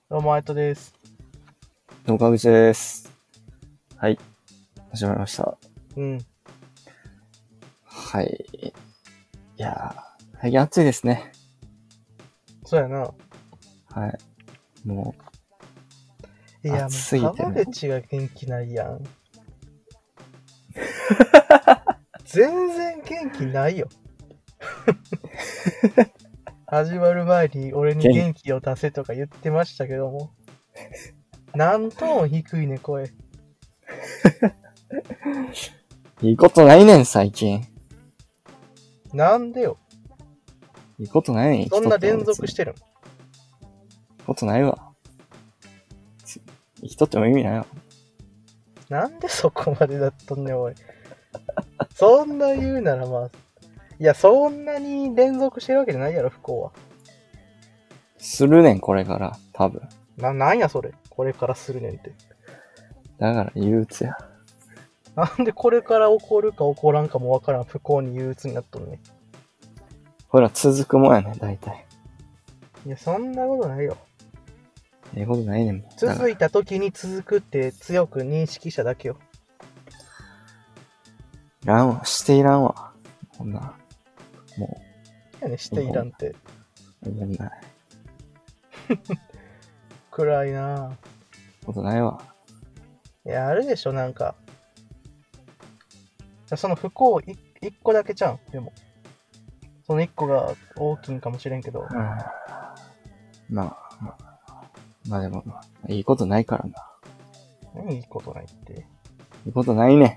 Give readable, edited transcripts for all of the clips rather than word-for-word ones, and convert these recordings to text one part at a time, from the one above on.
どうも、あいとです。 岡口です。はい。始まりました。 うん。 はい。いやー、最近暑いですね。 そうやな。 はい。もう、 いや、 暑もう、 すぎてね。 川口が元気ないやん。全然元気ないよ。始まる前に俺に元気を出せとか言ってましたけども。何トーン低いね、声。 いいことないねん、最近。 なんでよ。 いいことないねん、 そんな連続してるん？ いいことないわ。生きとっても意味ないわ。 なんでそこまでだっとんねん、おい。そんな言うならまあ。いや、そんなに連続してるわけじゃないやろ、不幸は。 するねん、これから。多分。 なんやそれ。これからするねんって。 だから憂鬱や。 なんでこれから起こるか起こらんかもわからん不幸に憂鬱になっとんねん。 ほら、続くもんやねん、大体。 いや、そんなことないよ。 ええことないねんもん。 続いた時に続くって強く認識しただけよ。 いらんわ。していらんわ。こんな。もいやね、していらんって。 う、思んない。 暗いなぁ。 ことないわ。 いや、あるでしょ、なんか。その不幸一個だけちゃうん。でも。その一個が大きいんかもしれんけど。 まあでも、いいことないからな。 何いいことないって。 いいことないね。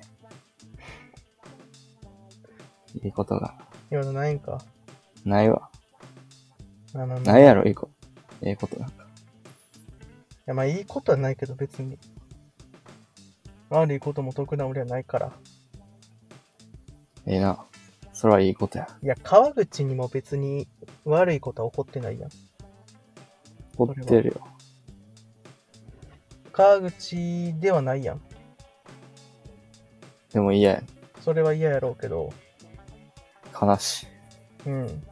いいことが。 今のないんか。 ないわ。 いないやろ、いいこと。ええことなんか。 や、まあいいことはないけど別に。悪いことも得な俺はないから。 ええな。それはいいことや。 いや、川口にも別に悪いことは起こってないやん。 怒ってるよ。 川口ではないやん。 でも嫌や。 それは嫌やろうけど。 悲しい。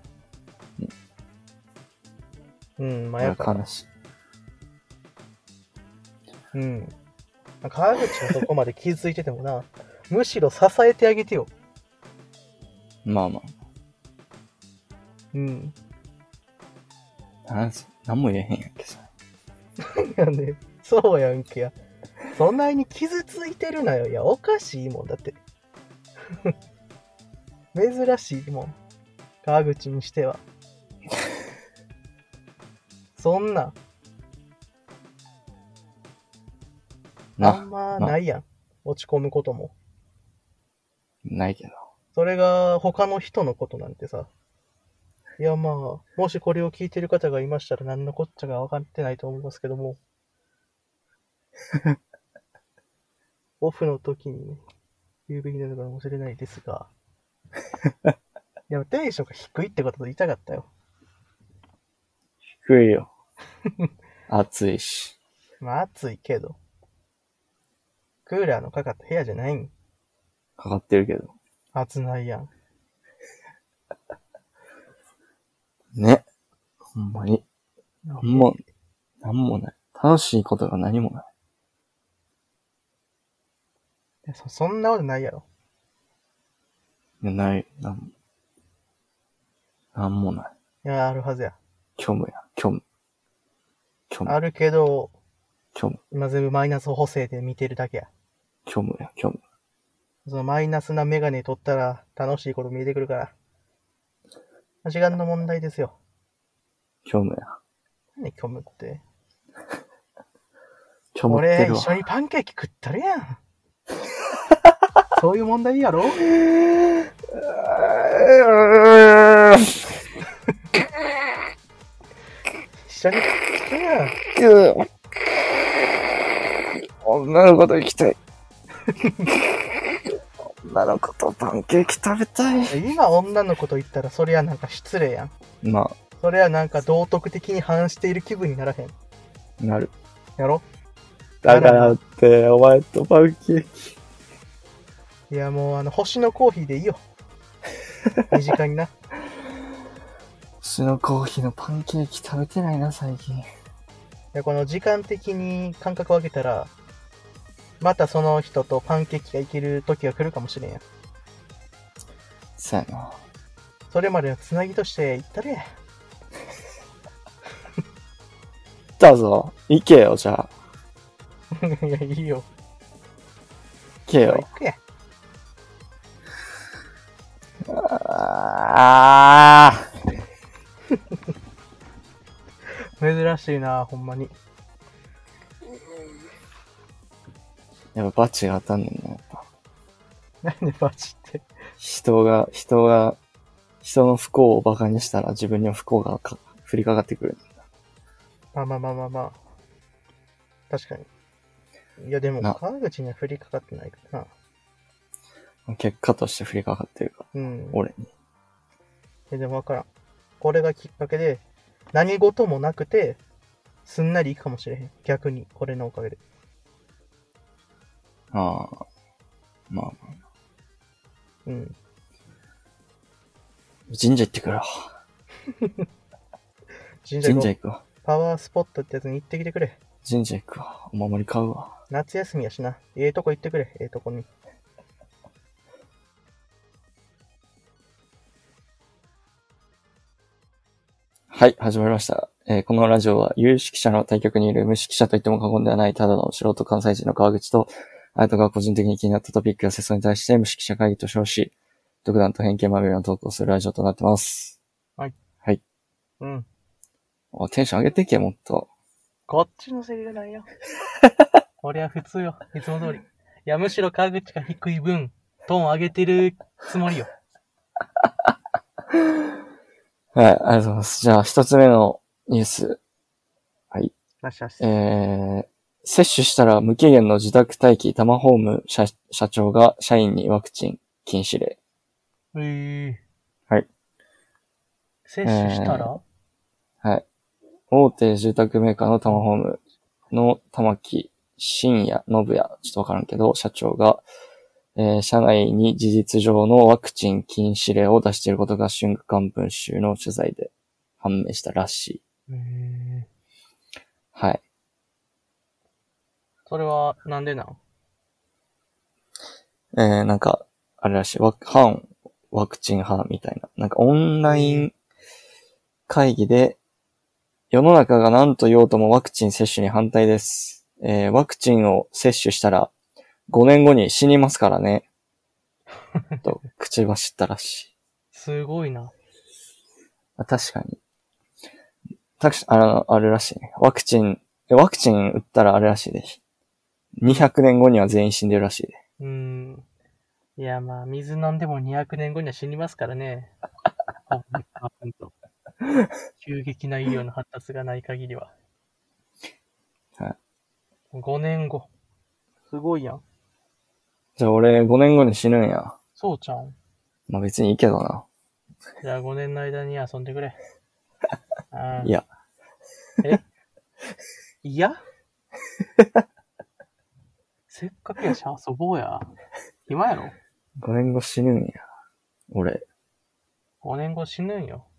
まあやから。 悲しい。 川口のそこまで気づいててもな、むしろ支えてあげてよ。 まあまあ。なんも言えへんやんけさ。 いやね、そうやんけや。そんなに傷ついてるなよ。いや、おかしいもんだって。珍しいもん。川口にしては。そんな。あんまないやん。落ち込むことも。 ないけど。 それが他の人のことなんてさ。いやまあ、もしこれを聞いてる方がいましたら何のこっちゃが分かってないと思いますけども。オフの時にね、言うべきなのかもしれないですが。いや、テンションが低いってことと言いたかったよ。 低いよ。暑いし。 まあ暑いけど。クーラーのかかった部屋じゃないん。 かかってるけど。 暑ないやん。 ね。ほんまに。なんもない。楽しいことが何もない。 そんなことないやろ。 いや、ない。なんもない。 いや、あるはずや。 虚無や。虚無。 あるけど、 虚無。 今全部マイナス補正で見てるだけや。 虚無や。虚無。 そのマイナスなメガネ取ったら楽しいこと見えてくるから。時間の問題ですよ。 虚無や。 何虚無って。 虚無ってるわ。 俺、一緒にパンケーキ食ったるやん。そういう問題やろ。一緒に食ってやん。 女の子と行きたい。女の子とパンケーキ食べたい。 今女の子と言ったらそれはなんか失礼やん。 まあ。 それはなんか道徳的に反している気分にならへん。 なる。 やろ。 だからって、お前とパンケーキ。 いやもう星のコーヒーでいいよ。身近にな。 星のコーヒーのパンケーキ食べてないな、最近。 でこの時間的に間隔を空けたら、またその人とパンケーキがいける時が来るかもしれんやん。 そうやな。 それまでのつなぎとして言ったれや。 だぞ。行けよ、じゃあ。 いや、いいよ。 行け行よ。 くや。 あ珍しいな、ほんまに。 やっぱバチが当たんねんな、やっぱ。 なんでバチって。 人の不幸を馬鹿にしたら自分にも不幸が降りかかってくる。 まあ。確かに。いや、でも、川口には降りかかってないからな。結果として降りかかってるから。 な。うん。 俺に。 でもわからん。これがきっかけで、何事もなくて、すんなりいくかもしれへん。逆に、これのおかげで。 ああ。まあ。 うん。 神社行ってくるわ。 神社行くわ。 パワースポットってやつに行ってきてくれ。 神社行くわ。お守り買うわ。 夏休みやしな。ええとこ行ってくれ。ええとこに。 はい、始まりました。このラジオは有識者の対局にいる無識者と言っても過言ではないただの素人関西人の川口と、あやとが個人的に気になったトピックや世相に対して無識者会議と称し、独断と偏見まみれのトークをするラジオとなってます。 はい。 はい。 うん。 テンション上げていけ、もっと。 こっちのセリフないよ。俺は普通よ。いつも通り。いや、むしろ川口が低い分、トーン上げてるつもりよ。 はい、ありがとうございます。じゃあ、一つ目のニュース。はい。接種したら無期限の自宅待機タマホーム社長が社員にワクチン禁止令。はい。 接種したら、 はい。大手住宅メーカーのタマホームの玉木真也信也、ちょっとわからんけど、社長が、社内に事実上のワクチン禁止令を出していることが春刊文集の取材で判明したらしい。はい。 それはなんでなんなんか、あれらしい、反ワクチン派みたいな。なんかオンライン会議で、世の中が何と言おうともワクチン接種に反対です。ワクチンを接種したら5年後に死にますからね。と、口走ったらしい。 すごいな。 確かに。あれらしいね。ワクチン打ったらあれらしいで。200年後には全員死んでるらしいで。 いや、まあ、水飲んでも200年後には死にますからね。急激な医療の発達がない限りは。 はい。 5年後。すごいやん。 じゃあ俺5年後に死ぬんや。 そうちゃん。 まあ別にいいけどな。 じゃあ5年の間に遊んでくれ。 いや。 いやせっかくやし遊ぼうや。暇やろ ?5 年後死ぬんや。俺。 5年後死ぬんよ。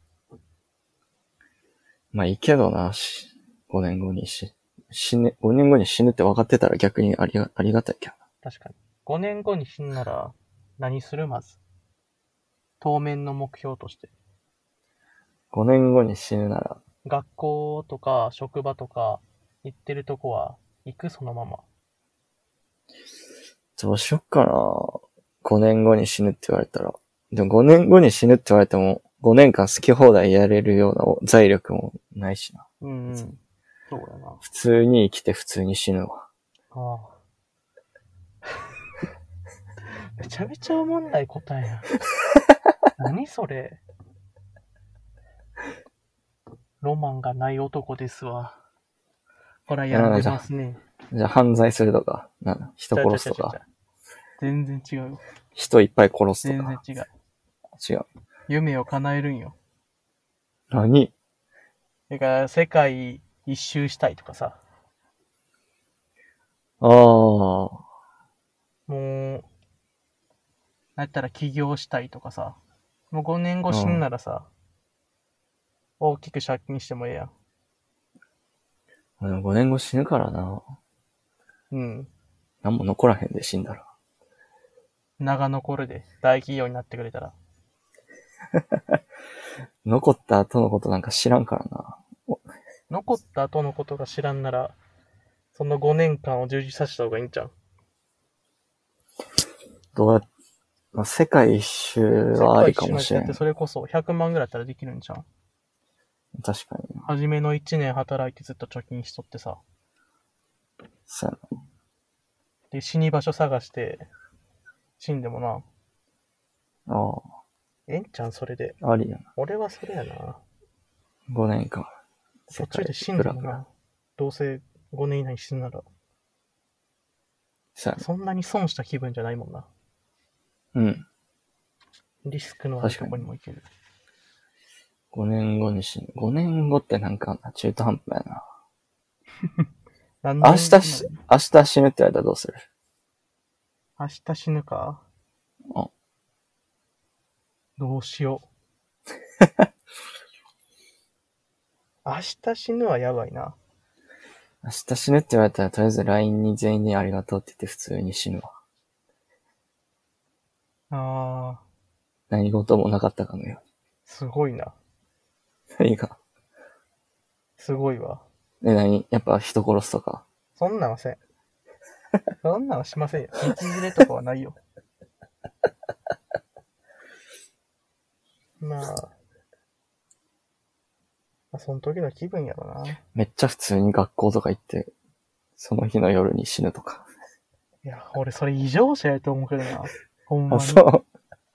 まあいいけどな、5年後に5年後に死ぬって分かってたら逆にありがたいけどな。 確かに。5年後に死ぬなら何するまず。当面の目標として。 5年後に死ぬなら。 学校とか職場とか行ってるとこは行くそのまま。 どうしよっかな。5年後に死ぬって言われたら。でも5年後に死ぬって言われても、5年間好き放題やれるような財力もないしな。 そうだな。 普通に生きて普通に死ぬわ。 ああ。めちゃめちゃおもんない答えや。何それ。ロマンがない男ですわ。ほら、やんでますね。 じゃあ犯罪するとか、人殺すとか。 全然違う。 人いっぱい殺すとか。 全然違う。 違う。 夢を叶えるんよ。 何？ だから世界一周したいとかさ。 もう、なったら起業したいとかさ。もう5年後死んならさ、大きく借金してもええやん。 でも5年後死ぬからな。 うん。 何も残らへんで死んだら。 長残るで、大企業になってくれたら。 残った後のことなんか知らんからな。 残った後のことが知らんなら、その5年間を充実させた方がいいんちゃう？ どうやっ、まあ、世界一周はありかもしれん。 だってそれこそ100万ぐらいだったらできるんじゃん。 確かにな。 初めの1年働いてずっと貯金しとってさ。 そうやで、死に場所探して、死んでもな。 な。あええんちゃん、それで。 あ、ありやな。 俺はそれやな。 5年間。 途中で死んでもな。どうせ5年以内に死ぬなら。 そうやな。 そんなに損した気分じゃないもんな。 うん。 リスクのあるとこにも行ける。 5年後に死ぬ。5年後ってなんか中途半端やな。明日死ぬって言われたらどうする？ 明日死ぬか？ うん。 どうしよう。明日死ぬはやばいな。 明日死ぬって言われたらとりあえず LINE に全員にありがとうって言って普通に死ぬわ。 あー、 何事もなかったかのよすごいな。 うに。何が？ すごいわ。 やっぱ人殺すとか。 そんなんはせん。そんなんはしませんよ。道連れとかはないよ。まあ、その時の気分やろな。 めっちゃ普通に学校とか行って、その日の夜に死ぬとか。 いや、俺それ異常者やと思うけどな。ほんまあ、 に。 そう。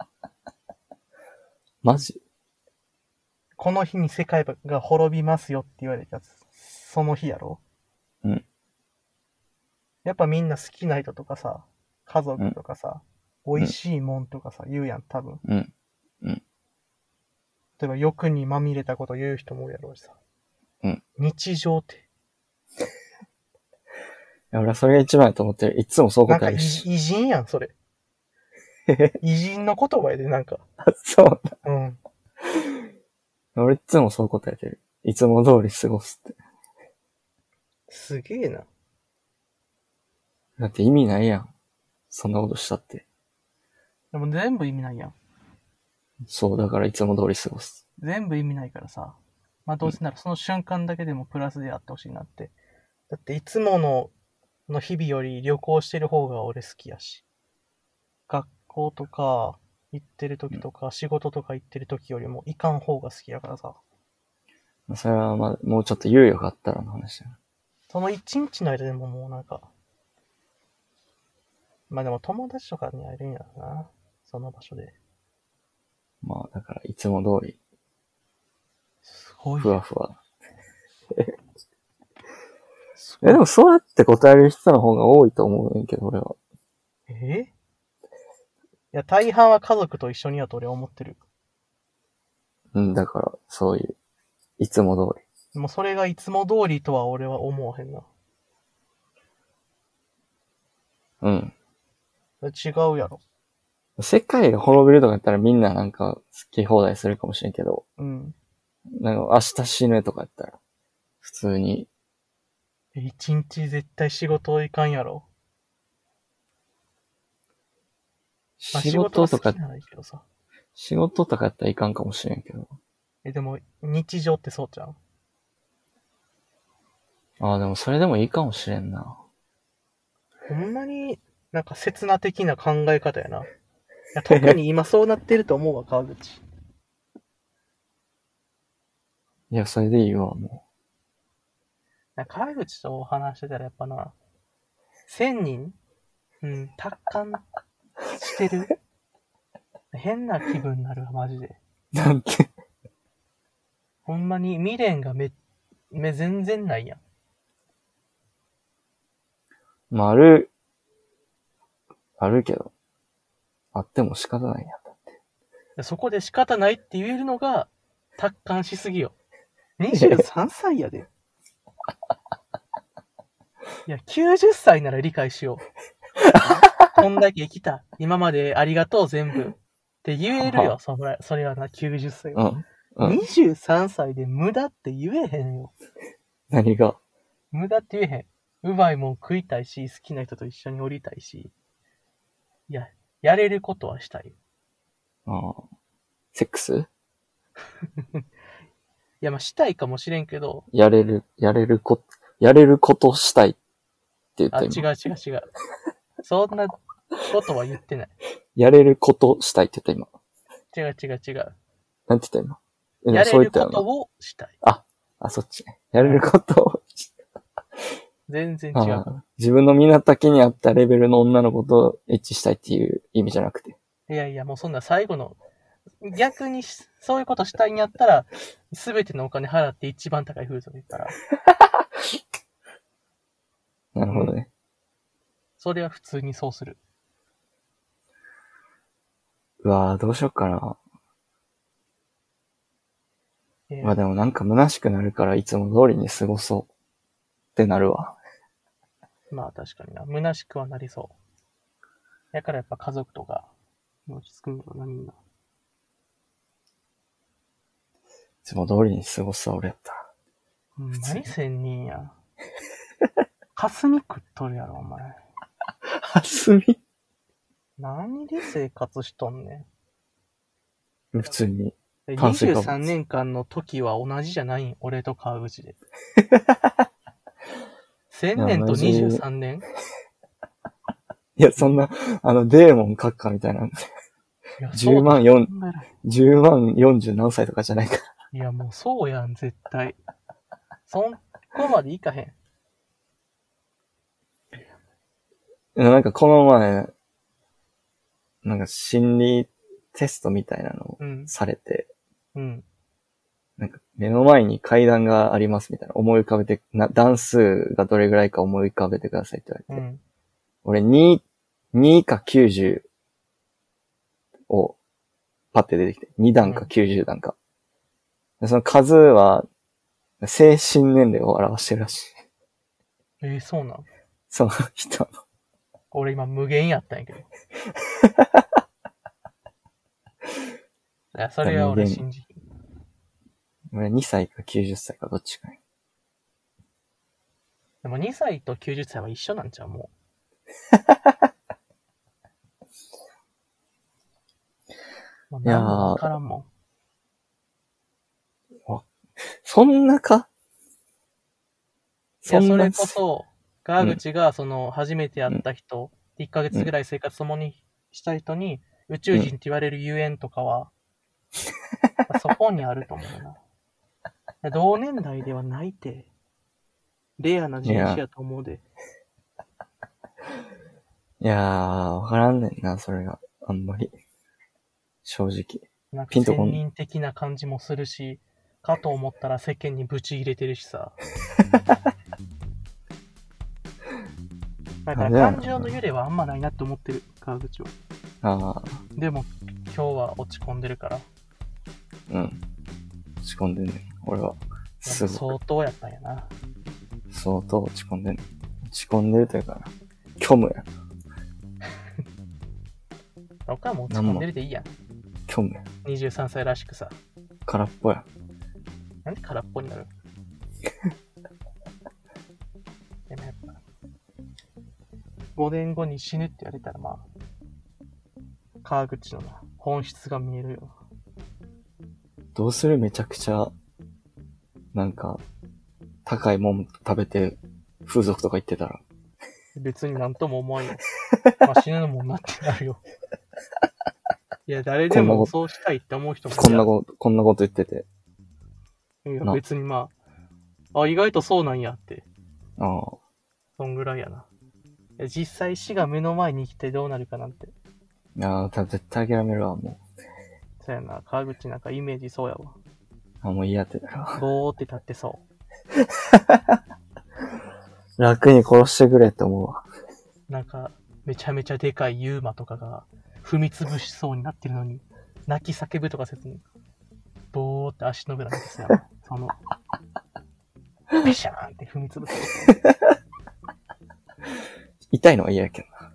マジ？ この日に世界が滅びますよって言われたやつ。その日やろ？ うん。 やっぱみんな好きな人とかさ、家族とかさ、美味しいもんとかさ、言うやん、多分。 うん。 例えば欲にまみれたこと言う人もおるやろうしさ。 うん。 日常って。 いや、俺はそれが一番やと思ってる。いつもそうなんか答えるし。 偉人やん、それ。偉人の言葉やで、なんか。 あ、そうだ。 うん。 俺いつもそう答えてる。いつも通り過ごすって。 すげえな。 だって意味ないやん。そんなことしたって。 でも全部意味ないやん。 そう、だからいつも通り過ごす。 全部意味ないからさ。まあどうせならその瞬間だけでもプラスであってほしいなって。だっていつもの日々より旅行してる方が俺好きやし。学校とか行ってる時とか、仕事とか行ってる時よりも行かん方が好きやからさ。 それはまあ、もうちょっと猶予があったらの話だよ。 その一日の間でももうなんか、まあでも友達とかに会えるんやろな。その場所で。 まあ、だからいつも通り、 すごい。 ふわふわ。でもそうやって答える人の方が多いと思うねんけど、俺は。 いや、大半は家族と一緒にやと俺は思ってる。 うん、だから、そういう、いつも通り。 でもそれがいつも通りとは俺は思わへんな。 うん。 違うやろ。 世界が滅びるとかやったらみんななんか好き放題するかもしれんけど、 うん。 なんか明日死ぬとかやったら、普通に。 一日絶対仕事行かんやろ。まあ、 仕事とか、 仕事が好きならいいけどさ。 仕事とかやったらいかんかもしれんけど。 でも、日常ってそうちゃう？ ああ、でもそれでもいいかもしれんな。 ほんまになんか刹那的な考え方やな。いや特に今そうなってると思うわ、川口。 いや、それでいいわ、も川口と話してたらやっぱな、1000人達観してる変な気分になるわ、マジで。 う。なんて。 ほんまに未練が全然ないやん。 まあ、あるけど、あっても仕方ないやん。だって。 そこで仕方ないって言えるのが、達観しすぎよ。23歳やで。いや、90歳なら理解しよう。こんだけ生きた。今までありがとう全部。って言えるよ、それはな、90歳は。 うん。 23歳で無駄って言えへんよ。 何が？ 無駄って言えへん。うまいもん食いたいし、好きな人と一緒におりたいし。いや、やれることはしたい。 ああ。セックスいや、まあ、したいかもしれんけど。 やれることしたいって言った違う今。 違う違う。そんなことは言ってない。 やれることしたいって言った今。 違う違う違う。 なんて言った今。 やれるこそう言ったよとをしたい。 な。あ、そっちね。やれることを。 全然違う。 自分の身の丈に合ったレベルの女の子とエッチしたいっていう意味じゃなくて。 いやいや、もうそんな最後の、逆にそういうことしたいんやったら、すべてのお金払って一番高い風俗行ったら。 なるほどね。 それは普通にそうする。 うわぁ、どうしよっかな。 えまあでもなんか虚しくなるからいつも通りに過ごそうってなるわ。 まあ確かにな。虚しくはなりそう。だからやっぱ家族とか、落ち着くんだろうな、みんな。 いつも通りに過ごすわ、俺やったら。 何千人や。霞食っとるやろ、お前。 はすみ何で生活しとんね普通に。 ん。 炭水化物 23年間の時は同じじゃないん、俺と川口で。1000年と23年いや、そんな、デーモン閣下みたいな。 いや、 10万そう 4、 だと考えられん 10万40何歳とかじゃないかいや、もうそうやん、絶対。そこまでいかへん。 ら。なんかこの前、なんか心理テストみたいなのをされて、 うん。 なんか目の前に階段がありますみたいな。思い浮かべて、段数がどれぐらいか思い浮かべてくださいって言われて。 うん。 俺2か90をパッて出てきて、2段か90段か。でその数は、精神年齢を表してるらしい。 そうなん。 その人の。 俺今無限やったんやけど。いや、それは俺信じひん。 俺2歳か90歳かどっちかね。 でも2歳と90歳は一緒なんちゃう、もう。 いやー何もわからんもん。 そんなかいや、それこそ、川口が初めて会った人、1ヶ月ぐらい生活共にした人に、宇宙人って言われるゆえんとかは、そこにあると思うな。同年代ではないて、レアな人種やと思うで。 いやー、わからんねんな、それが。あんまり。正直。 なんか仙人的な感じもするし、かと思ったら世間にブチ入れてるしさ。だから感情の揺れはあんまないなって思ってる、川口は。 ああ。 でも、今日は落ち込んでるから。 うん。落ち込んでんねん、俺は。すごい。 相当やったんやな。 相当落ち込んでんねん。落ち込んでるというかな。虚無や。 僕はもう落ち込んでるでいいやん。 虚無や。 23歳らしくさ。 空っぽや。 なんで空っぽになるでもやっぱ、5年後に死ぬって言われたらまあ、川口の本質が見えるよ。 どうするめちゃくちゃ、なんか、高いもん食べて、風俗とか行ってたら。 別になんとも思わんよ。まあ死ぬのもんなってなるよ。いや、誰でもそうしたいって思う人もいる。 こんなこと言ってて。 いや、別にまあ、意外とそうなんやって。 ああ。 そんぐらいやな。実際死が目の前に来てどうなるかなんて。 いやー、絶対諦めるわ、もそうやな、川口なんかイメージそうやわ。 う。もう嫌ってなるわ。 ぼーって立ってそう。 楽に殺してくれって思うわ。 なんか、めちゃめちゃでかいユーマとかが踏みつぶしそうになってるのに、泣き叫ぶとかせずに、ぼーって足の裏見てさ、ビシャーンって踏みつぶす。 痛いのは嫌やけどな。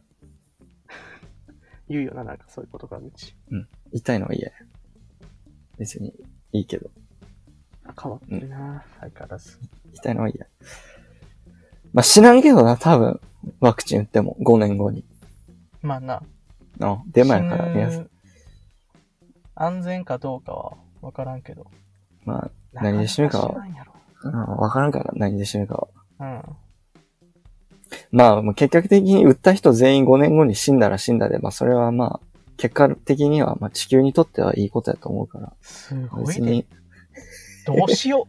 言うよな、なんかそういうこと川口。 うん。痛いのは嫌や。別にいいけど。 変わってるな、相変わらず。 痛いのは嫌。 まあ、知らんけどな、多分。ワクチン打っても5年後に。 まあな。 デマやから、 死皆さん。 ぬ安全かどうかはわからんけど。 まあ、何で死ぬかは、 なかなか知らんやろ。 わからんから何で死ぬかは。 うん。 まあ、結局的に打った人全員5年後に死んだら死んだで、まあ、それはまあ、結果的には、まあ、地球にとってはいいことやと思うから。 すごい別にね。、どうしよ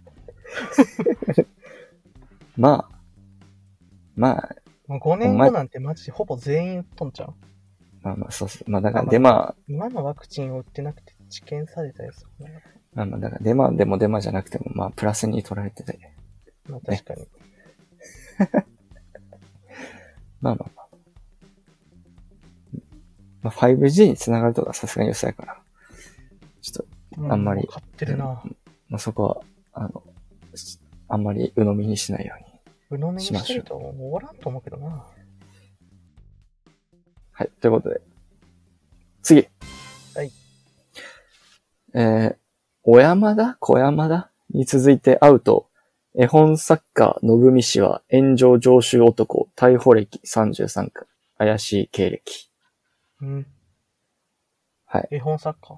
まあ、 う。もう5年後なんてマジでほぼ全員打っとんちゃう。 まあ、そうそう。まあ、だから、 まあデマ、 今のワクチンを打ってなくて治験されたやつ、ね。 まあ、だから、デマでもデマじゃなくても、まあ、プラスに捉えてて。 まあ確かに。 まあ。まあ、5G に繋がるとかさすがに嘘やから。ちょっと、あんまり。 買ってるな。 まあ、そこは、あんまり鵜呑みにしないように。 鵜呑みにしてると終わらんと思うけどな。 はい、ということで。次。 はい。 小山田に続いてアウト。絵本作家、野組氏は炎上常習男、逮捕歴33回。怪しい経歴。 うん。 はい。 絵本作家。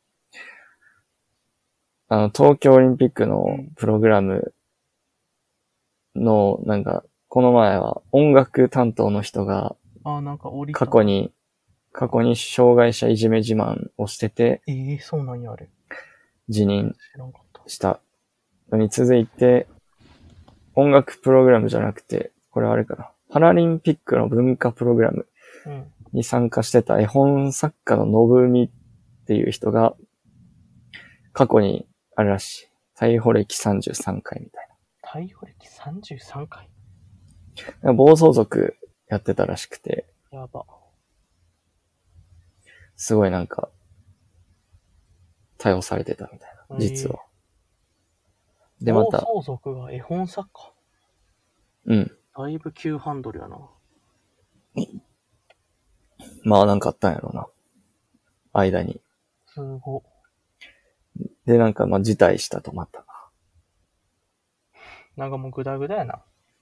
東京オリンピックのプログラムの、なんか、この前は音楽担当の人が、 なんか降りた。 過去に障害者いじめ自慢をしてて、 そうなんや、あれ。 辞任したのに続いて、音楽プログラムじゃなくて、これはあれかな。パラリンピックの文化プログラムに参加してた絵本作家ののぶみっていう人が、過去にあれらしい。逮捕歴33回みたいな。逮捕歴33回。 暴走族やってたらしくて。 やば。 すごいなんか、逮捕されてたみたいな、実は。 で、また。暴走族が絵本作家。 うん。 だいぶ急ハンドルやな。 まあなんかあったんやろうな。間に。 すご。 で、なんかまあ辞退したとまた。 なんかもうグダグダやな。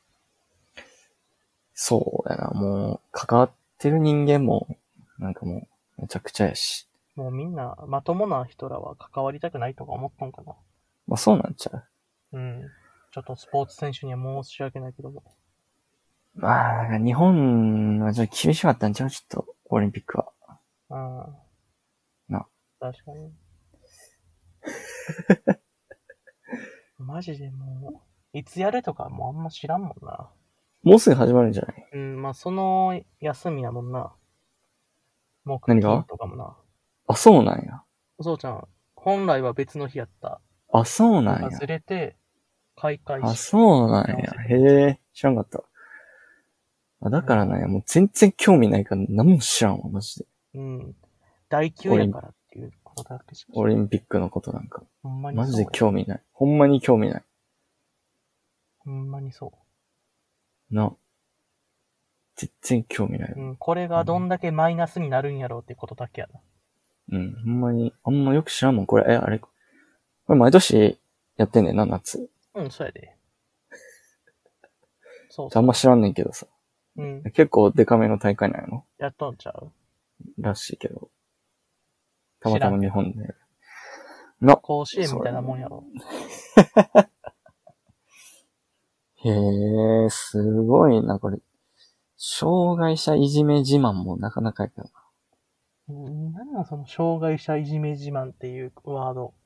そうやな。もう、関わってる人間も、なんかもう、めちゃくちゃやし。 もうみんな、まともな人らは関わりたくないとか思ったんかな。 まあそうなんちゃう。 うん。ちょっとスポーツ選手には申し訳ないけども。 まあ、なんか日本はちょっと厳しかったんちゃうちょっと、オリンピックは。 うん。 な。 確かに。マジでもう、いつやるとかもうあんま知らんもんな。 もうすぐ始まるんじゃない？ うん、まあその休みやもんな。 何が？ とかもな。 あ、そうなんや。 そうちゃん、本来は別の日やった。 あ、そうなんや。 ずれて、開会式。 あ、そうなんや。へえ、知らんかった。あ、だからなんや、もう全然興味ないから何も知らんわ、マジで。 うん。第9やからっていうことだけしか。 オリンピックのことなんか。 ほんまにマジで興味ない。ほんまに興味ない。 ほんまにそう。 な。全然興味ない。 うん、これがどんだけマイナスになるんやろうってことだけやな。 うん、ほんまに、あんまよく知らんもん。これ、あれ、これ毎年やってんねんな、夏。 うん、そうやで。 そう。あんま知らんねんけどさ。うん。結構デカめの大会なんやろ？ やっとんちゃう？ らしいけど。たまたま日本で。 甲子園みたいなもんやろ。 へえ、すごいな、これ。障害者いじめ自慢もなかなかやけどな。なんなんその障害者いじめ自慢っていうワード。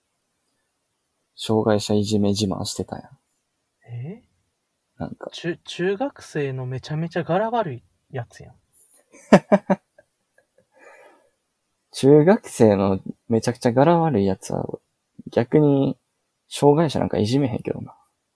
障害者いじめ自慢してたやん。なんか。 中学生のめちゃめちゃ柄悪いやつやん。 中学生のめちゃくちゃ柄悪いやつは、逆に、障害者なんかいじめへんけどな。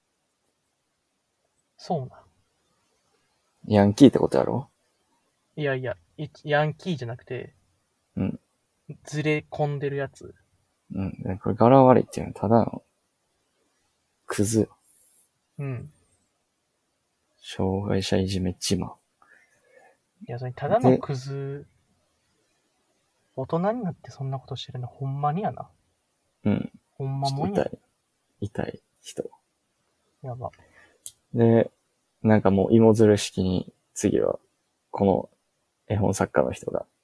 そうな。 ヤンキーってことやろ？ いやいや、ヤンキーじゃなくて、 うん。 ずれ込んでるやつ。 うん。これ柄悪いっていうのはただの、クズ。 うん。 障害者いじめ自慢。 いや、それただのクズ、大人になってそんなことしてるのほんまにやな。 うん。 ほんまもんや。 痛い人。 やば。 で、 なんかもう芋づる式に次はこの絵本作家の人が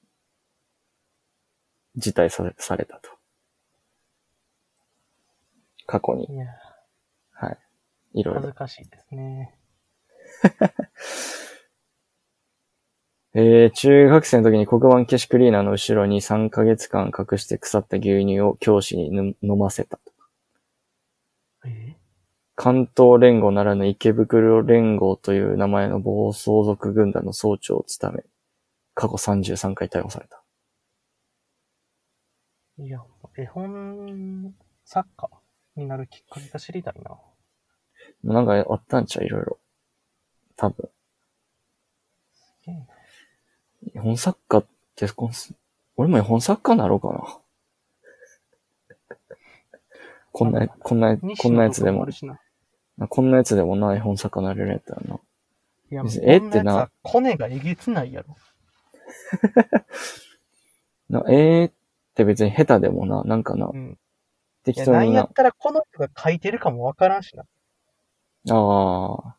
辞退されたと。過去に。 いや、 はい。いろいろ。 恥ずかしいですね。 中学生の時に黒板消しクリーナーの後ろに3ヶ月間隠して腐った牛乳を教師に飲ませた。関東連合ならぬ池袋連合という名前の暴走族軍団の総長を務め、過去33回逮捕された。 いや、絵本作家になるきっかけが知りたいな。 なんかあったんちゃういろいろ。多分。絵本作家って俺も絵本作家になろうかな。こんなやつでも。こんなやつでもな、絵本作家になれるやったらな。 いや、もうこんなやつはコネがえげつないやろ。 って別に下手でもな、なんかな。うん、 適当にな。なんやったらこの人が書いてるかもわからんしな。 ああ。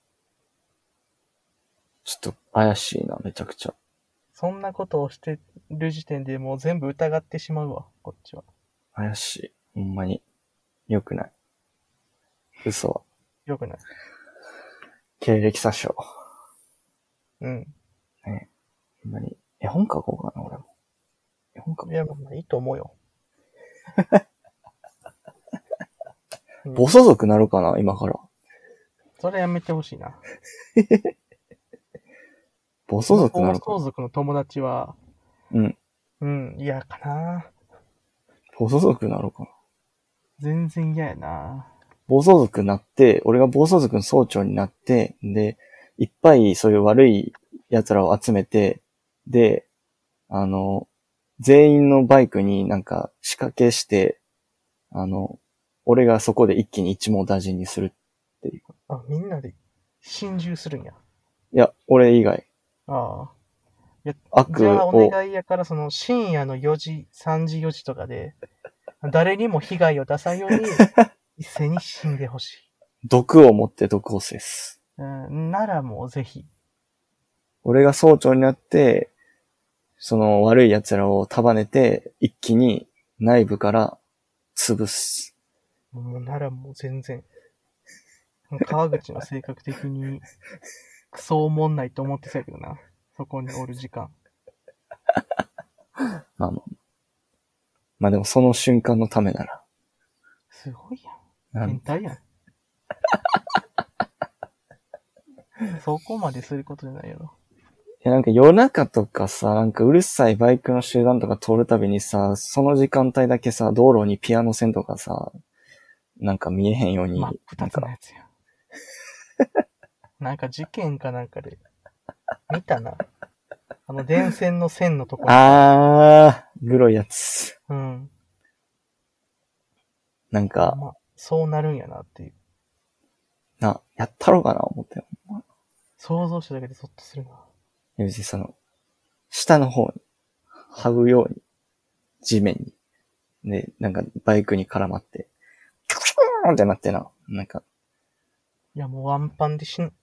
ちょっと怪しいな、めちゃくちゃ。 そんなことをしてる時点でもう全部疑ってしまうわ、こっちは。 怪しい。ほんまに。良くない。嘘は。 良くない。 経歴詐称。 うん。 ね、ほんまに。絵本書こうかな、俺も。絵本書こう。 いや、まあいいと思うよ。 暴走族なるかな、今から。 それやめてほしいな。 暴走族なるか。 暴走族の友達は、 うん。 うん、嫌かな。 暴走族なるかな。 全然嫌やな。 暴走族になって、俺が暴走族の総長になって、で、いっぱいそういう悪い奴らを集めて、で、全員のバイクになんか仕掛けして、俺がそこで一気に一網打尽にするっていう。 あ、みんなで心中するんや。 いや、俺以外。 ああ。いや、 悪じゃあを。 お願いやから深夜の4時、3時4時とかで、誰にも被害を出さんように、一斉に死んでほしい。 毒を持って毒を制す。 ならもうぜひ。 俺が総長になって、その悪い奴らを束ねて、一気に内部から潰す。 もうならもう全然。川口の性格的に、クソおもんないと思ってたけどな。そこにおる時間。 まあでもその瞬間のためなら。 すごいやん。変態やん。そこまですることじゃないやろ。 いやなんか夜中とかさ、なんかうるさいバイクの集団とか通るたびにさ、その時間帯だけさ、道路にピアノ線とかさ、なんか見えへんように。 真っ二つのやつや。なんか事件かなんかで、見たな。電線の線のところ。 グロいやつ。 うん。 なんか、 まあ、そうなるんやなっていう。 やったろうかな思って。 想像しただけでゾッとするな。 別にその、下の方に、這うように、地面に、で、なんかバイクに絡まって、キュキューンってなってな、なんか。 いや、もうワンパンで死ぬ。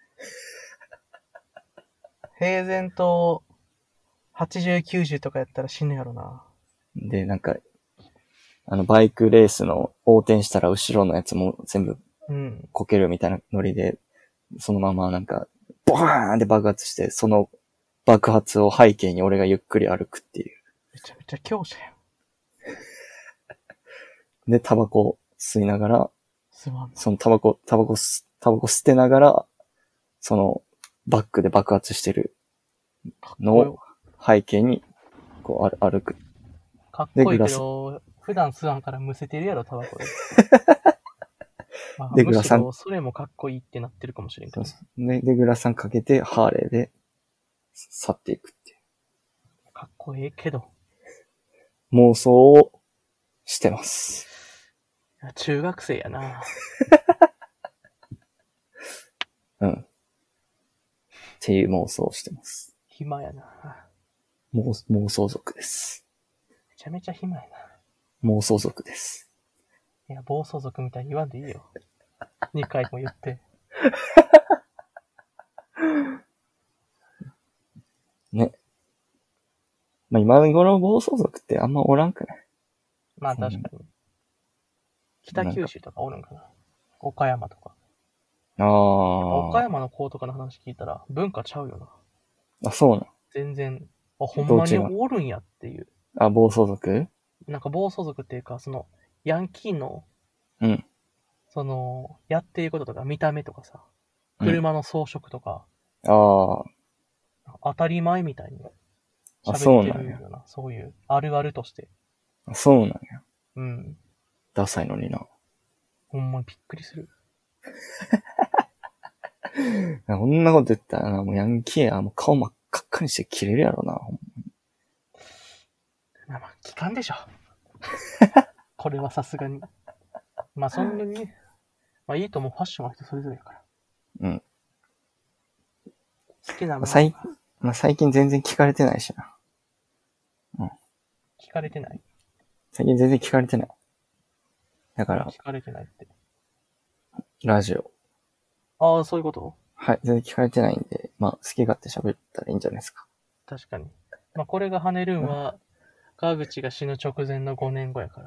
平然と、80、90とかやったら死ぬやろな。 で、なんか、バイクレースの横転したら後ろのやつも全部、こけるみたいなノリで、そのままなんか、ボーンって爆発して、その爆発を背景に俺がゆっくり歩くっていう。 めちゃめちゃ強者やん。で、タバコ吸いながら、そのタバコ捨てながら、そのバックで爆発してるのを背景に、こう歩く。 かっこいいけど、普段吸わんからむせてるやろ、タバコで。まあ、むしろそれもかっこいいってなってるかもしれんけど。 で、グラサンかけて、ハーレーで去っていくっていう。 かっこいいけど。 妄想をしてます。 中学生やな。 うん。っていう妄想をしてます。 暇やな。 妄想族です。 めちゃめちゃ暇やな。妄想族です。 いや、暴走族みたいに言わんでいいよ。2回も言って。 まあ今頃暴走族ってあんまおらんくない？ まあ確かに。北九州とかおるんかな。岡山とか。岡あ山の子とかの話聞いたら文化ちゃうよな。 あ。あ、そうなん。 全然、ほんまにおるんやっていう。 あ、暴走族？ なんか暴走族っていうか、その、ヤンキーの、 うん。 その、やっていることとか、見た目とかさ、 うん車の装飾とか、 あ当たり前みたいにあ。あ、そ喋ってうなんや。 るよな。そういう、あるあるとして。 あ、そうなんや。 うん。 ダサいのにな。 ほんまにびっくりする。 こんなこと言ったらな、もうヤンキーや、もう顔真っ赤っかにして切れるやろな。 まあ、聞かんでしょ。これはさすがに。まあそんなにね、まあいいと思う。ファッションは人それぞれやから。 うん。 好きなもの。 最近全然聞かれてないしな。 聞かれてない。 最近全然聞かれてない。だから、 聞かれてないって。 ラジオ。 ああ、そういうこと？ はい、全然聞かれてないんで、まあ、好き勝手喋ったらいいんじゃないですか。 確かに。まあこれが跳ねるんは、川口が死ぬ直前の5年後やから。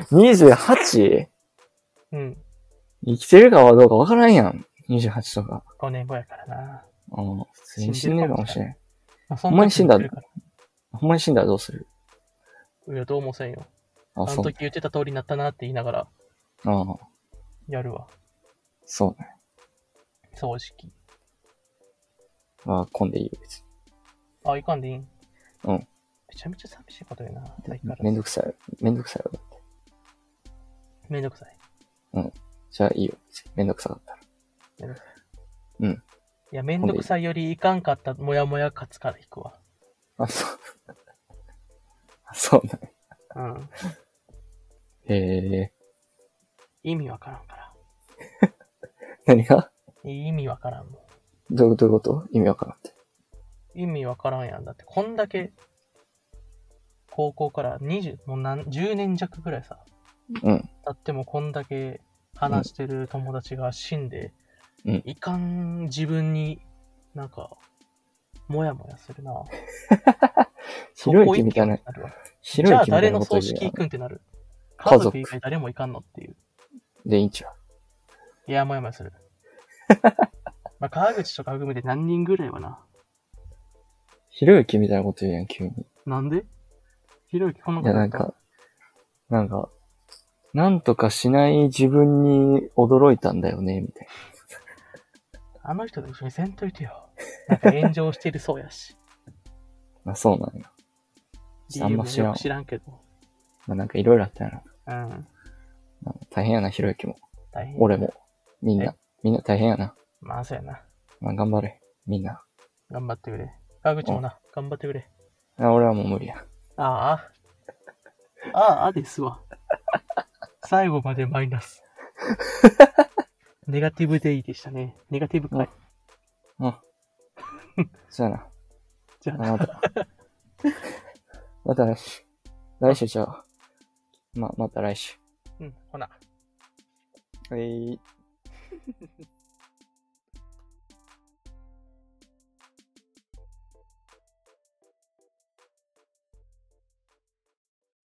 28? うん。 生きてるかはどうかわからんやん。28とか。 5年後やからな。 うん。普通に死んでるかもしれん。 まあ、 ほんまに死んだその時も言ってるほんまに死んだらどうする？ からいや、どうもせんよ。ああ、そう。 の時言ってた通りになったなって言いながら、 ああ、 やるわ。 そうね。 葬式。 ああ、混んでいいよ、別に。 あ、いかんでいいん？ うん。 めちゃめちゃ寂しいこと言うな。 めんどくさい。めんどくさいよ。だって。 めんどくさい。 じゃあいいよ。めんどくさかったら。 めんどくさい。 うん。 いや、めんどくさいよりいかんかったもやもや勝つから引くわ。 あ、そう。そうね。 うん。 へえ。 意味わからんから。 何が？ 意味わからんもん。 どういうこと意味わからんって。 意味わからんやん。だって、こんだけ、高校からもう10年弱ぐらいさ、 うん。 経ってもこんだけ話してる友達が死んで、 うん。 いかん自分になんか、もやもやするな。 ひろゆきみたいな。ひろゆきみたいなこと言うやん。 じゃあ誰の葬式行くんってなる。家族以外誰も行かんのっていう。 でいいんちゃう？ いや、もやもやする。まあ、川口とか組で何人ぐらいはな。 ひろゆきみたいなこと言うやん、急に。 なんで？ひろゆきこんなこいや、 となんか、なんとかしない自分に驚いたんだよね、みたいあの人と一緒にせんといてよ。なんか炎上してるそうやし。 な。あ、そうなんや。あんま知らん。 知らんけど。 まあ、なんかいろいろあったやうん。 な。大変やな、ひろゆきも。 大変。 俺も。みんな大変やな。 まあ、そうやな。 まあ、頑張れ。みんな。 頑張ってくれ。川口もな、頑張ってくれ。 俺はもう無理や。 ああ。ああですわ。最後までマイナス。ネガティブデイでしたね。ネガティブ回。 うん。そうやな。 じゃあ、 また。また来週。来週じゃあ。また来週。 うん、ほな。 はい。